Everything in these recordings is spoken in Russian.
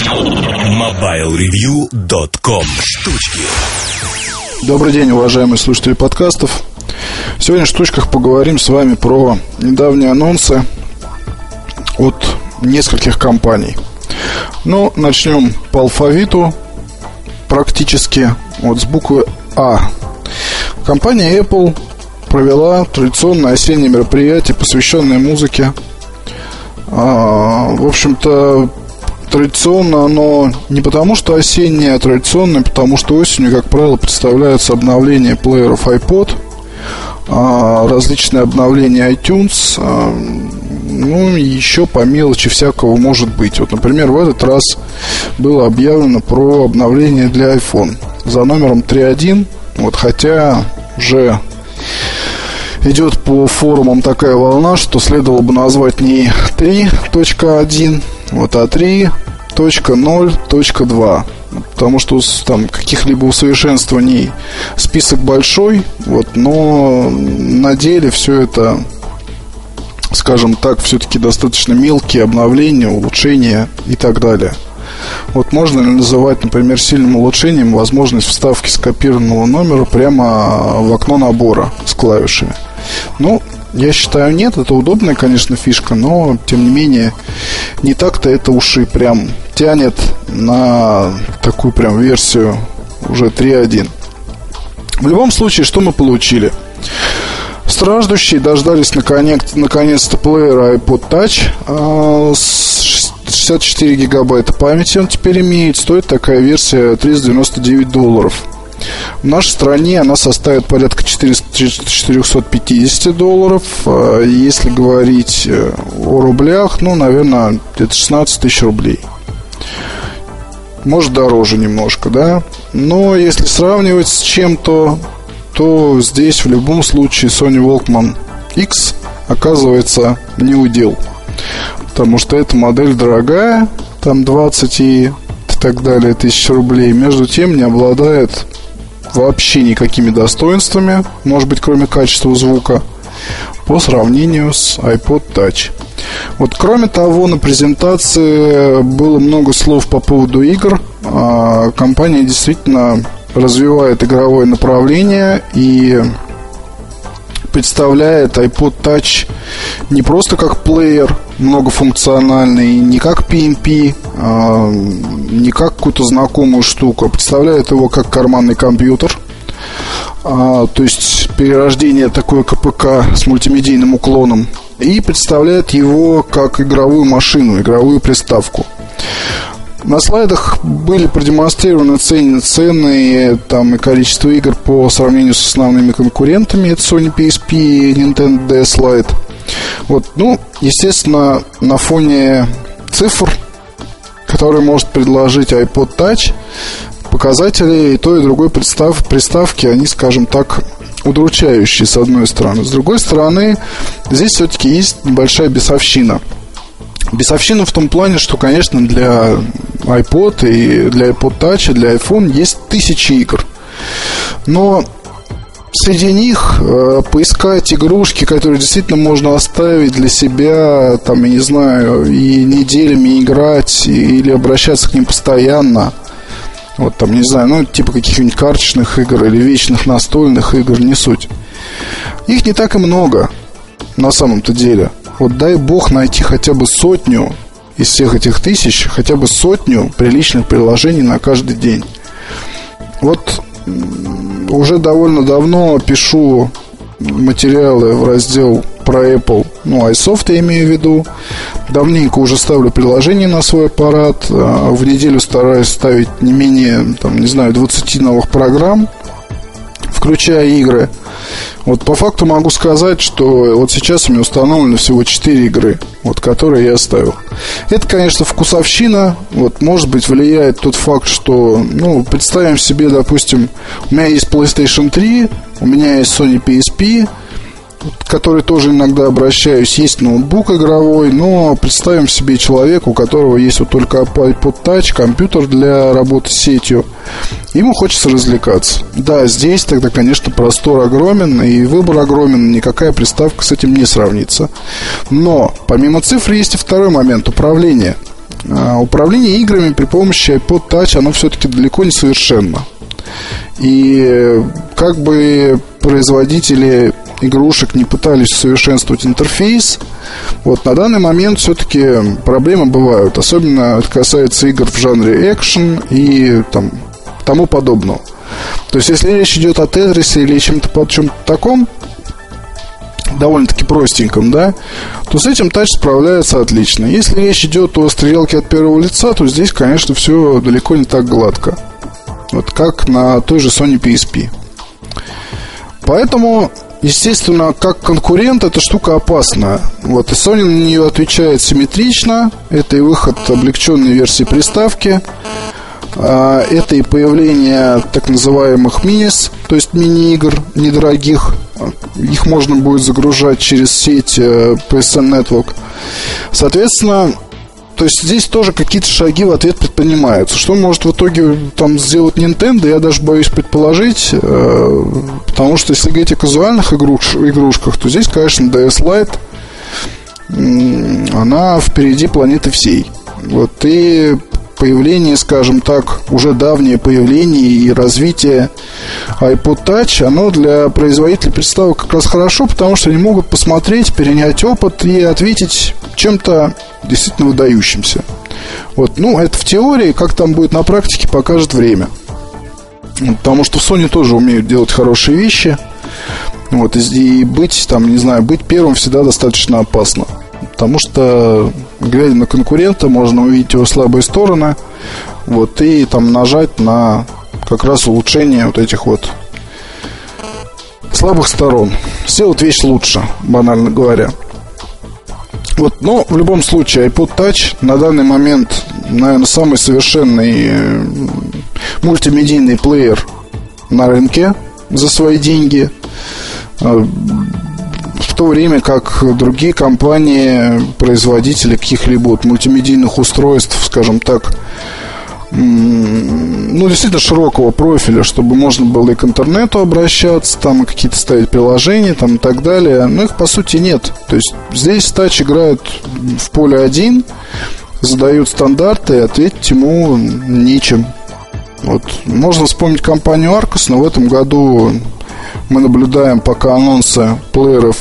MobileReview.com. Штучки. Добрый день, уважаемые слушатели подкастов. Сегодня в штучках поговорим с вами про недавние анонсы от нескольких компаний. Ну, начнем по алфавиту, практически вот с буквы А. Компания Apple провела традиционное осеннее мероприятие, посвященное музыке. В общем-то, традиционно оно не потому, что осеннее, а традиционное, потому что осенью, как правило, представляются обновления плееров iPod, различные обновления iTunes, ну и еще по мелочи всякого может быть. Вот, например, в этот раз было объявлено про обновление для iPhone за номером 3.1. Вот, хотя уже идет по форумам такая волна, что следовало бы назвать не 3.1, вот, а 3.0.2. Потому что там каких-либо усовершенствований список большой, вот, но на деле все это, скажем так, все-таки достаточно мелкие обновления, улучшения и так далее. Вот можно ли называть, например, сильным улучшением возможность вставки скопированного номера прямо в окно набора с клавишами? Ну, я считаю, нет. Это удобная, конечно, фишка, но, тем не менее, не так-то это уж и прям тянет на такую прям версию уже 3.1. В любом случае, что мы получили? Страждущие дождались наконец-то плеера iPod Touch с 64 гигабайта памяти он теперь имеет. Стоит такая версия $399. В нашей стране она составит порядка $450. Если говорить о рублях, ну, наверное, где-то 16 тысяч рублей. Может, дороже немножко, да? Но если сравнивать с чем-то, то здесь в любом случае Sony Walkman X оказывается не удел. Потому что эта модель дорогая, там 20 и так далее тысяч рублей. Между тем не обладает вообще никакими достоинствами, может быть, кроме качества звука, по сравнению с iPod Touch. Вот, кроме того, на презентации было много слов по поводу игр. Компания действительно развивает игровое направление и представляет iPod Touch не просто как плеер многофункциональный, не как PNP, не как какую-то знакомую штуку, а представляет его как карманный компьютер. То есть перерождение такое КПК с мультимедийным уклоном. И представляет его как игровую машину, игровую приставку. На слайдах были продемонстрированы цены там, и количество игр по сравнению с основными конкурентами. Это Sony PSP и Nintendo DS Lite. Вот, ну, естественно, на фоне цифр, которые может предложить iPod Touch, показатели и той, и другой приставки, они, скажем так, удручающие, с одной стороны. С другой стороны, здесь все-таки есть небольшая бесовщина. Бесовщина в том плане, что, конечно, для iPod и для iPod Touch и для iPhone есть тысячи игр. Но среди них поискать игрушки, которые действительно можно оставить для себя, там, я не знаю, и неделями играть, или обращаться к ним постоянно. Вот там, не знаю, ну, типа каких-нибудь карточных игр или вечных настольных игр, не суть. Их не так и много, на самом-то деле. Вот дай бог найти хотя бы сотню из всех этих тысяч, хотя бы сотню приличных приложений на каждый день. Вот уже довольно давно пишу материалы в раздел про Apple, ну, iSoft я имею в виду. Давненько уже ставлю приложение на свой аппарат. В неделю стараюсь ставить не менее, там, не знаю, 20 новых программ, включая игры. Вот по факту могу сказать, что вот сейчас у меня установлено всего 4 игры, вот, которые я ставил. Это, конечно, вкусовщина. Вот, может быть, влияет тот факт, что, ну, представим себе, допустим, у меня есть PlayStation 3, у меня есть Sony PSP, к которой тоже иногда обращаюсь, есть ноутбук игровой, но представим себе человека, у которого есть вот только iPod Touch, компьютер для работы с сетью. Ему хочется развлекаться. Да, здесь тогда, конечно, простор огромен и выбор огромен, никакая приставка с этим не сравнится. Но помимо цифр есть и второй момент — управление. управление играми при помощи iPod Touch, оно все-таки далеко не совершенно. И как бы производители игрушек не пытались усовершенствовать интерфейс, вот на данный момент все-таки проблемы бывают. Особенно это касается игр в жанре экшен и тому подобного. То есть, если речь идет о Тетрисе или чем-то таком, довольно-таки простеньком, да, то с этим Touch справляется отлично. Если речь идет о стрелялке от первого лица, то здесь, конечно, все далеко не так гладко. Вот как на той же Sony PSP. Поэтому, естественно, как конкурент эта штука опасная. Вот, и Sony на нее отвечает симметрично. Это и выход облегченной версии приставки, это и появление так называемых минис, то есть мини-игр недорогих. Их можно будет загружать через сеть PSN Network. Соответственно, то есть здесь тоже какие-то шаги в ответ предпринимаются. Что может в итоге сделать Nintendo, я даже боюсь предположить. Потому что если говорить о казуальных игрушках, то здесь, конечно, DS Lite, она впереди планеты всей. Вот, и появление, скажем так, уже давнее появление и развитие iPod Touch, оно для производителей приставок как раз хорошо, потому что они могут посмотреть, перенять опыт и ответить чем-то действительно выдающимся. Вот, это в теории, как там будет на практике, покажет время. Потому что Sony тоже умеют делать хорошие вещи. Вот, и быть первым всегда достаточно опасно. Потому что, глядя на конкурента, можно увидеть его слабые стороны, вот, и нажать на как раз улучшение вот этих вот слабых сторон. Сделать вещь лучше, банально говоря. Вот, но в любом случае iPod Touch на данный момент, наверное, самый совершенный мультимедийный плеер на рынке за свои деньги. В то время как другие компании, производители каких-либо мультимедийных устройств, скажем так, действительно широкого профиля, чтобы можно было и к интернету обращаться, и какие-то ставить приложения, и так далее, но их по сути нет. То есть здесь Touch играет в поле один, задают стандарты, и ответить ему нечем. Вот. Можно вспомнить компанию Arcos, но в этом году мы наблюдаем пока анонсы плееров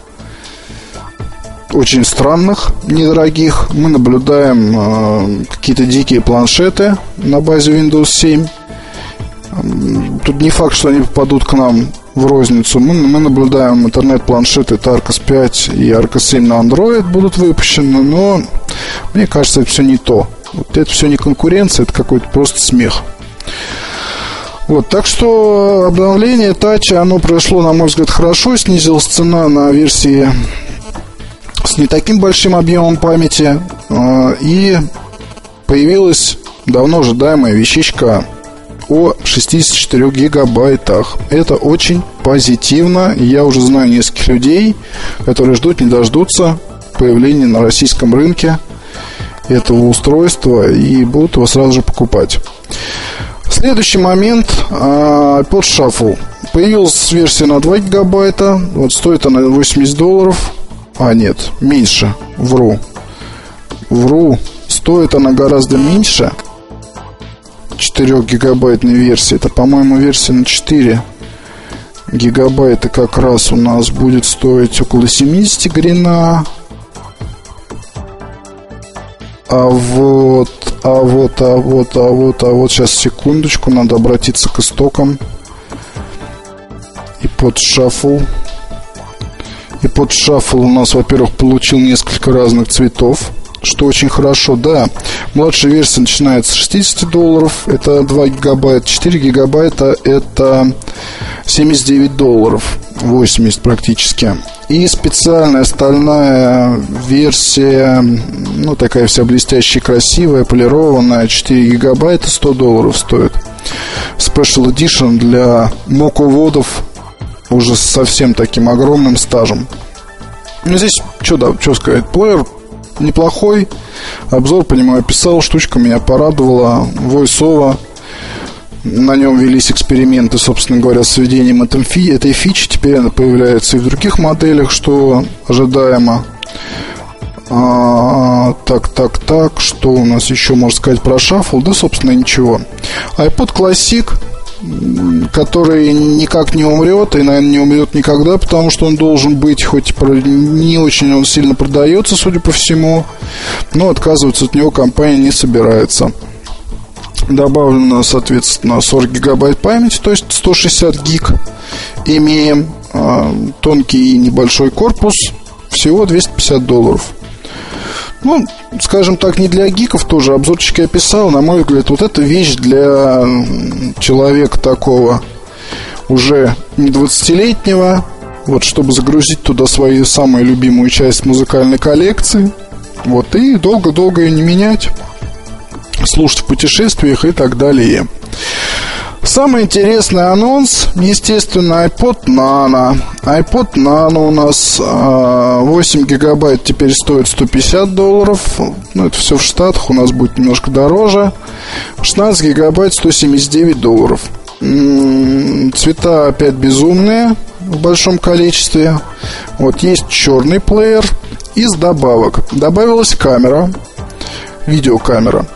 очень странных, недорогих. Мы наблюдаем какие-то дикие планшеты на базе Windows 7. Тут не факт, что они попадут к нам в розницу. Мы наблюдаем интернет-планшеты Arcos 5 и Arcos 7 на Android будут выпущены, но мне кажется, это все не то. Вот это все не конкуренция, это какой-то просто смех. Вот, так что обновление Touch, оно прошло, на мой взгляд, хорошо. Снизилась цена на версии с не таким большим объемом памяти, и появилась давно ожидаемая вещичка о 64 гигабайтах. Это очень позитивно. Я уже знаю нескольких людей, которые ждут, не дождутся появления на российском рынке этого устройства и будут его сразу же покупать. Следующий момент. iPod Shuffle. Появилась версия на 2 гигабайта. Вот стоит она $80. Нет, меньше. Вру. Стоит она гораздо меньше 4-гигабайтной версии. Это, по-моему, версия на 4 гигабайта как раз у нас будет стоить около 70 гривен. А вот, сейчас, секундочку, надо обратиться к истокам. iPod Shuffle. iPod Shuffle у нас, во-первых, получил несколько разных цветов, что очень хорошо, да. Младшая версия начинается с $60, это 2 гигабайта, 4 гигабайта это $79, 80 практически. И специальная стальная версия, такая вся блестящая, красивая, полированная, 4 гигабайта, $100 стоит. Special Edition для моководов уже с совсем таким огромным стажем. Здесь, что сказать, плеер неплохой. Обзор по нему я писал, штучка меня порадовала. VoiceOver. На нем велись эксперименты, собственно говоря, с введением этой фичи. Теперь она появляется и в других моделях, что ожидаемо. Так, что у нас еще можно сказать про шаффл? Да, собственно, ничего. iPod Classic, который никак не умрет, и, наверное, не умрет никогда, потому что он должен быть, хоть не очень он сильно продается, судя по всему, но отказываться от него компания не собирается. Добавлено, соответственно, 40 гигабайт памяти, то есть 160 гиг. Имеем тонкий и небольшой корпус, всего $250. Ну, скажем так, не для гиков тоже. Обзорчик я писал. На мой взгляд, вот эта вещь для человека такого уже не 20-летнего, вот, чтобы загрузить туда свою самую любимую часть музыкальной коллекции, вот, и долго-долго ее не менять, слушать в путешествиях и так далее. Самый интересный анонс, естественно, iPod Nano. iPod Nano у нас 8 гигабайт теперь стоит $150. Ну, это все в Штатах, у нас будет немножко дороже. 16 гигабайт $179. Цвета опять безумные в большом количестве. Вот есть черный плеер. Из добавок добавилась камера, видеокамера.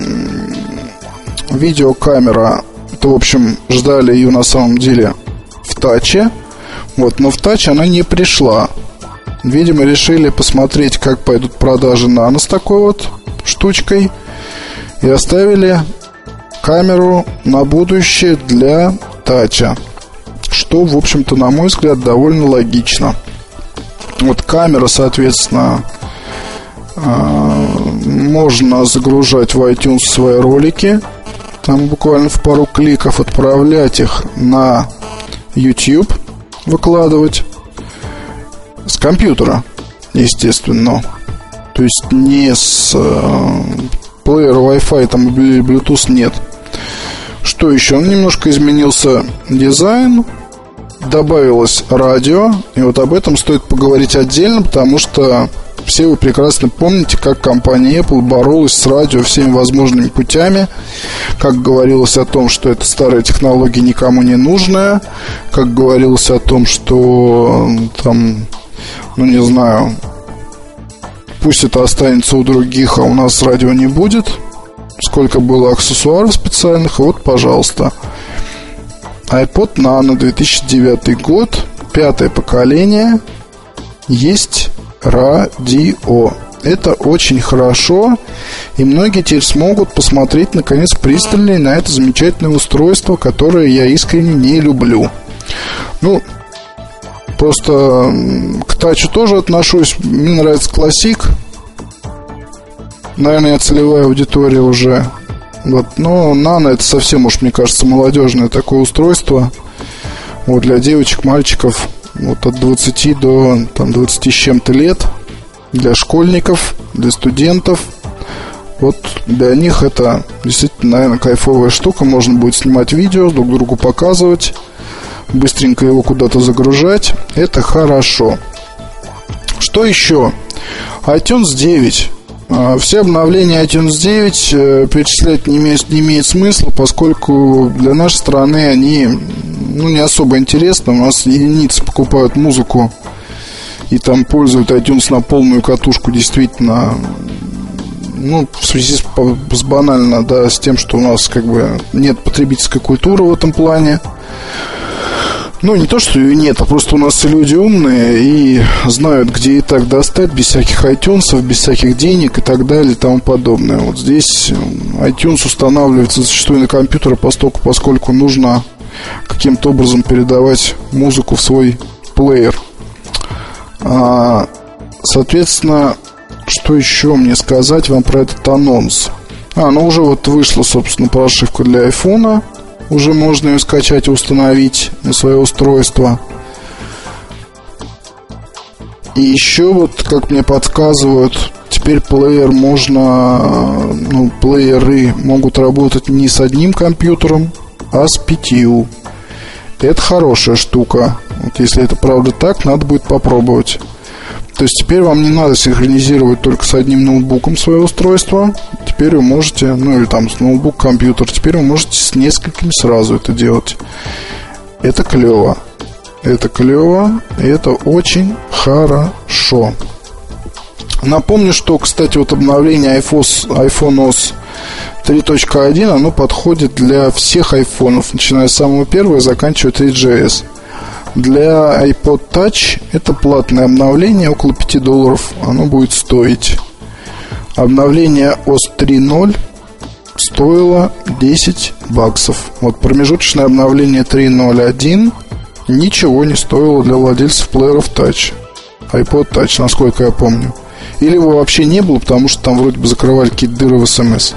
Видеокамера. Это, в общем, ждали ее на самом деле в таче. Вот, но в тач она не пришла. Видимо, решили посмотреть, как пойдут продажи Nano с такой вот штучкой, и оставили камеру на будущее для тача. Что, в общем-то, на мой взгляд, довольно логично. Вот камера, соответственно, можно загружать в iTunes свои ролики. Там буквально в пару кликов отправлять их на YouTube, выкладывать с компьютера, естественно. То есть не с плеера Wi-Fi там или Bluetooth нет. Что еще? Немножко изменился дизайн, добавилось радио. И вот об этом стоит поговорить отдельно, потому что все вы прекрасно помните, как компания Apple боролась с радио всеми возможными путями. Как говорилось о том, что эта старая технология никому не нужная. Как говорилось о том, что там, ну не знаю, пусть это останется у других, а у нас радио не будет. Сколько было аксессуаров специальных. И вот, пожалуйста, iPod Nano 2009 год, 5-е поколение. Есть радио. Это очень хорошо. И многие теперь смогут посмотреть, наконец, пристально на это замечательное устройство, которое я искренне не люблю. Ну, просто к тачу тоже отношусь. Мне нравится классик. Наверное, я целевая аудитория уже. Вот. Но Nano — это совсем уж, мне кажется, молодежное такое устройство. Вот, для девочек, мальчиков, вот от 20 до там 20 с чем-то лет. Для школьников, для студентов. Вот для них это действительно, наверное, кайфовая штука. Можно будет снимать видео, друг другу показывать, быстренько его куда-то загружать. Это хорошо. Что еще? iTunes 9. Все обновления iTunes 9 перечислять не имеет смысла, поскольку для нашей страны они не особо интересны. У нас единицы покупают музыку и там пользуют iTunes на полную катушку, действительно. В связи с банально, да, с тем, что у нас как бы нет потребительской культуры в этом плане. Не то, что ее нет, а просто у нас все люди умные и знают, где и так достать, без всяких iTunes, без всяких денег и так далее и тому подобное. Вот здесь iTunes устанавливается зачастую на компьютеры, поскольку нужно каким-то образом передавать музыку в свой плеер. Соответственно, что еще мне сказать вам про этот анонс? Уже вот вышла, собственно, прошивка для айфона. Уже можно ее скачать и установить на свое устройство. И еще вот, как мне подсказывают, теперь плееры могут работать не с одним компьютером, а с 5. Это хорошая штука. Вот если это правда так, надо будет попробовать. То есть теперь вам не надо синхронизировать только с одним ноутбуком свое устройство. Теперь вы можете, или там с ноутбук-компьютер, теперь вы можете с несколькими сразу это делать. Это клево. Это клево, и это очень хорошо. Напомню, что, кстати, вот обновление iPhone OS 3.1, оно подходит для всех айфонов, начиная с самого первого и заканчивая 3GS. Для iPod Touch это платное обновление, около $5 оно будет стоить. Обновление OS 3.0 стоило $10. Вот промежуточное обновление 3.0.1 ничего не стоило для владельцев плееров Touch, iPod Touch, насколько я помню. Или его вообще не было, потому что там вроде бы закрывали какие-то дыры в СМС.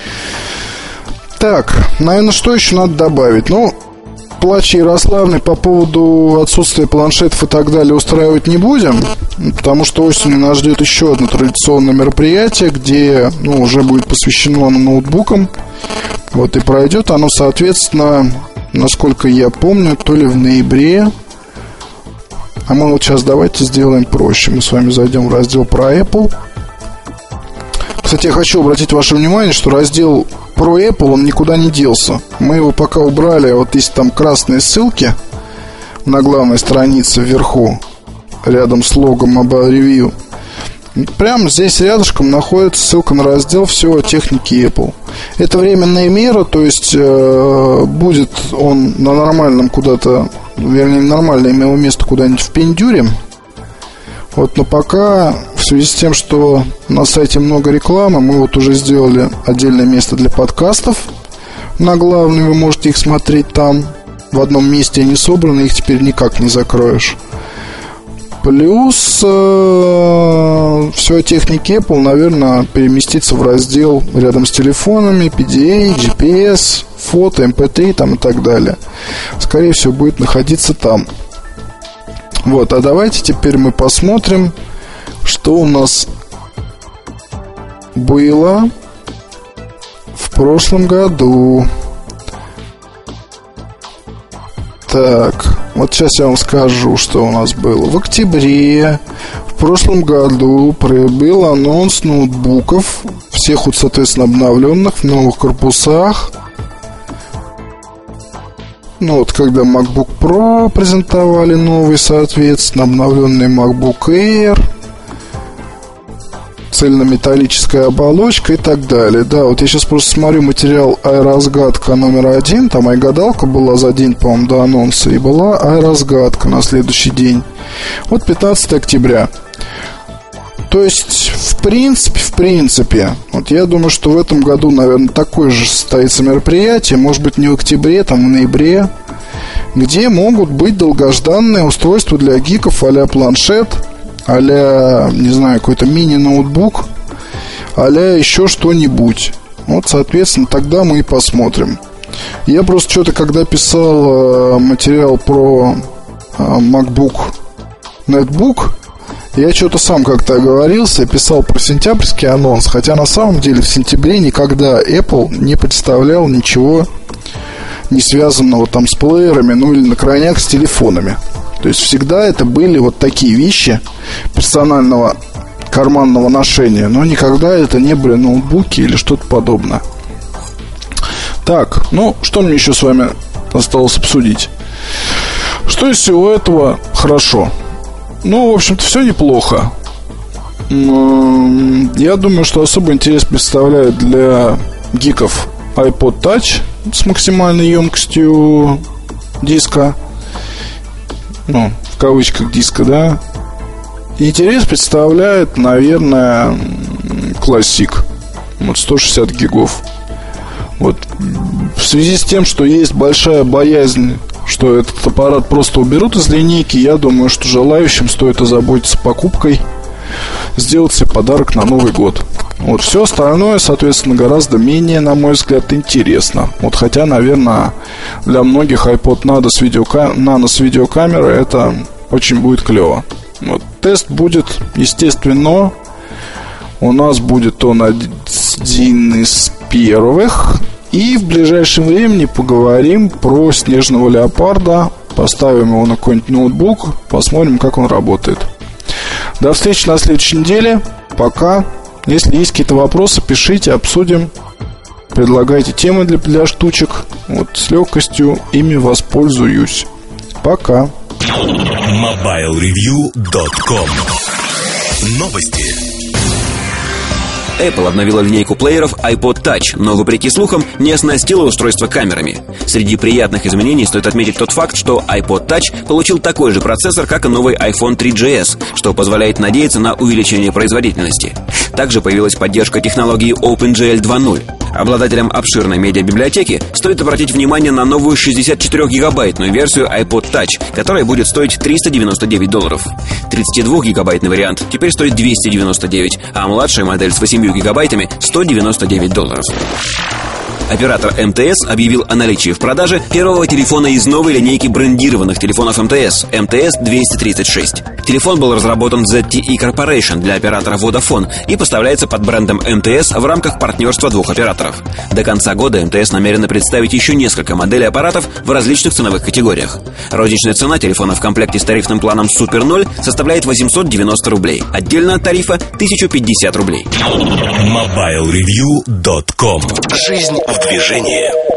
Так, наверное, что еще надо добавить? Ну, плач Ярославны по поводу отсутствия планшетов и так далее устраивать не будем, потому что осенью нас ждет еще одно традиционное мероприятие, где, уже будет посвящено ноутбукам. Вот, и пройдет оно, соответственно, насколько я помню, то ли в ноябре. А мы вот сейчас давайте сделаем проще. Мы с вами зайдем в раздел про Apple. Кстати, я хочу обратить ваше внимание, что раздел про Apple, он никуда не делся. Мы его пока убрали. Вот есть там красные ссылки на главной странице вверху, рядом с логом Mobile Review. Прямо здесь рядышком находится ссылка на раздел «Все о технике Apple». Это временная мера, то есть будет он на нормальном куда-то, вернее, нормально имело место куда-нибудь в пендюре. Вот, но пока, в связи с тем, что на сайте много рекламы, мы вот уже сделали отдельное место для подкастов. На главной вы можете их смотреть там. В одном месте они собраны, их теперь никак не закроешь. Плюс все о технике Apple, наверное, переместится в раздел рядом с телефонами, PDA, GPS, фото, MP3 там и так далее. Скорее всего, будет находиться там. Вот, а давайте теперь мы посмотрим, что у нас было в прошлом году. Так, вот сейчас я вам скажу, что у нас было. В октябре в прошлом году был анонс ноутбуков, всех вот, соответственно, обновленных, в новых корпусах. Ну вот, когда MacBook Pro презентовали новый, соответственно, обновленный MacBook Air, цельнометаллическая оболочка и так далее. Да, вот я сейчас просто смотрю материал iRazgadka номер 1. Там iGadalka была за день, по-моему, до анонса, и была iRazgadka на следующий день. Вот 15 октября. То есть, в принципе, вот я думаю, что в этом году, наверное, такое же состоится мероприятие, может быть, не в октябре, там в ноябре, где могут быть долгожданные устройства для гиков а-ля планшет, а-ля, не знаю, какой-то мини-ноутбук, а-ля еще что-нибудь. Вот, соответственно, тогда мы и посмотрим. Я просто что-то, когда писал материал про MacBook Netbook, я что-то сам как-то оговорился, писал про сентябрьский анонс, хотя на самом деле в сентябре никогда Apple не представлял ничего не связанного там с плеерами, ну или на крайняк с телефонами. То есть всегда это были вот такие вещи персонального карманного ношения, но никогда это не были ноутбуки или что-то подобное. Так, ну что мне еще с вами осталось обсудить? Что из всего этого хорошо? Ну, в общем-то, все неплохо. Я думаю, что особый интерес представляет для гиков iPod Touch с максимальной емкостью диска. Ну, в кавычках диска, да. Интерес представляет, наверное, Classic. Вот 160 гигов. Вот в связи с тем, что есть большая боязнь, что этот аппарат просто уберут из линейки, я думаю, что желающим стоит озаботиться покупкой, сделать себе подарок на Новый год. Вот все остальное, соответственно, гораздо менее, на мой взгляд, интересно. Вот хотя, наверное, для многих iPod Nano с видеокамерой это очень будет клево. Вот тест будет, естественно, у нас будет он один из первых. И в ближайшем времени поговорим про снежного леопарда. Поставим его на какой-нибудь ноутбук, посмотрим, как он работает. До встречи на следующей неделе. Пока. Если есть какие-то вопросы, пишите, обсудим. Предлагайте темы для штучек. Вот с легкостью ими воспользуюсь. Пока. MobileReview.com. Новости. Apple обновила линейку плееров iPod Touch, но, вопреки слухам, не оснастила устройство камерами. Среди приятных изменений стоит отметить тот факт, что iPod Touch получил такой же процессор, как и новый iPhone 3GS, что позволяет надеяться на увеличение производительности. Также появилась поддержка технологии OpenGL 2.0. Обладателям обширной медиабиблиотеки стоит обратить внимание на новую 64-гигабайтную версию iPod Touch, которая будет стоить $399. 32-гигабайтный вариант теперь стоит $299, а младшая модель с 8 гигабайтами $199. Оператор МТС объявил о наличии в продаже первого телефона из новой линейки брендированных телефонов МТС – МТС-236. Телефон был разработан ZTE Corporation для оператора Vodafone и поставляется под брендом МТС в рамках партнерства двух операторов. До конца года МТС намерена представить еще несколько моделей аппаратов в различных ценовых категориях. Розничная цена телефона в комплекте с тарифным планом Super 0 составляет 890 рублей. Отдельно от тарифа 1050 рублей. MobileReview.com. Жизнь в движении.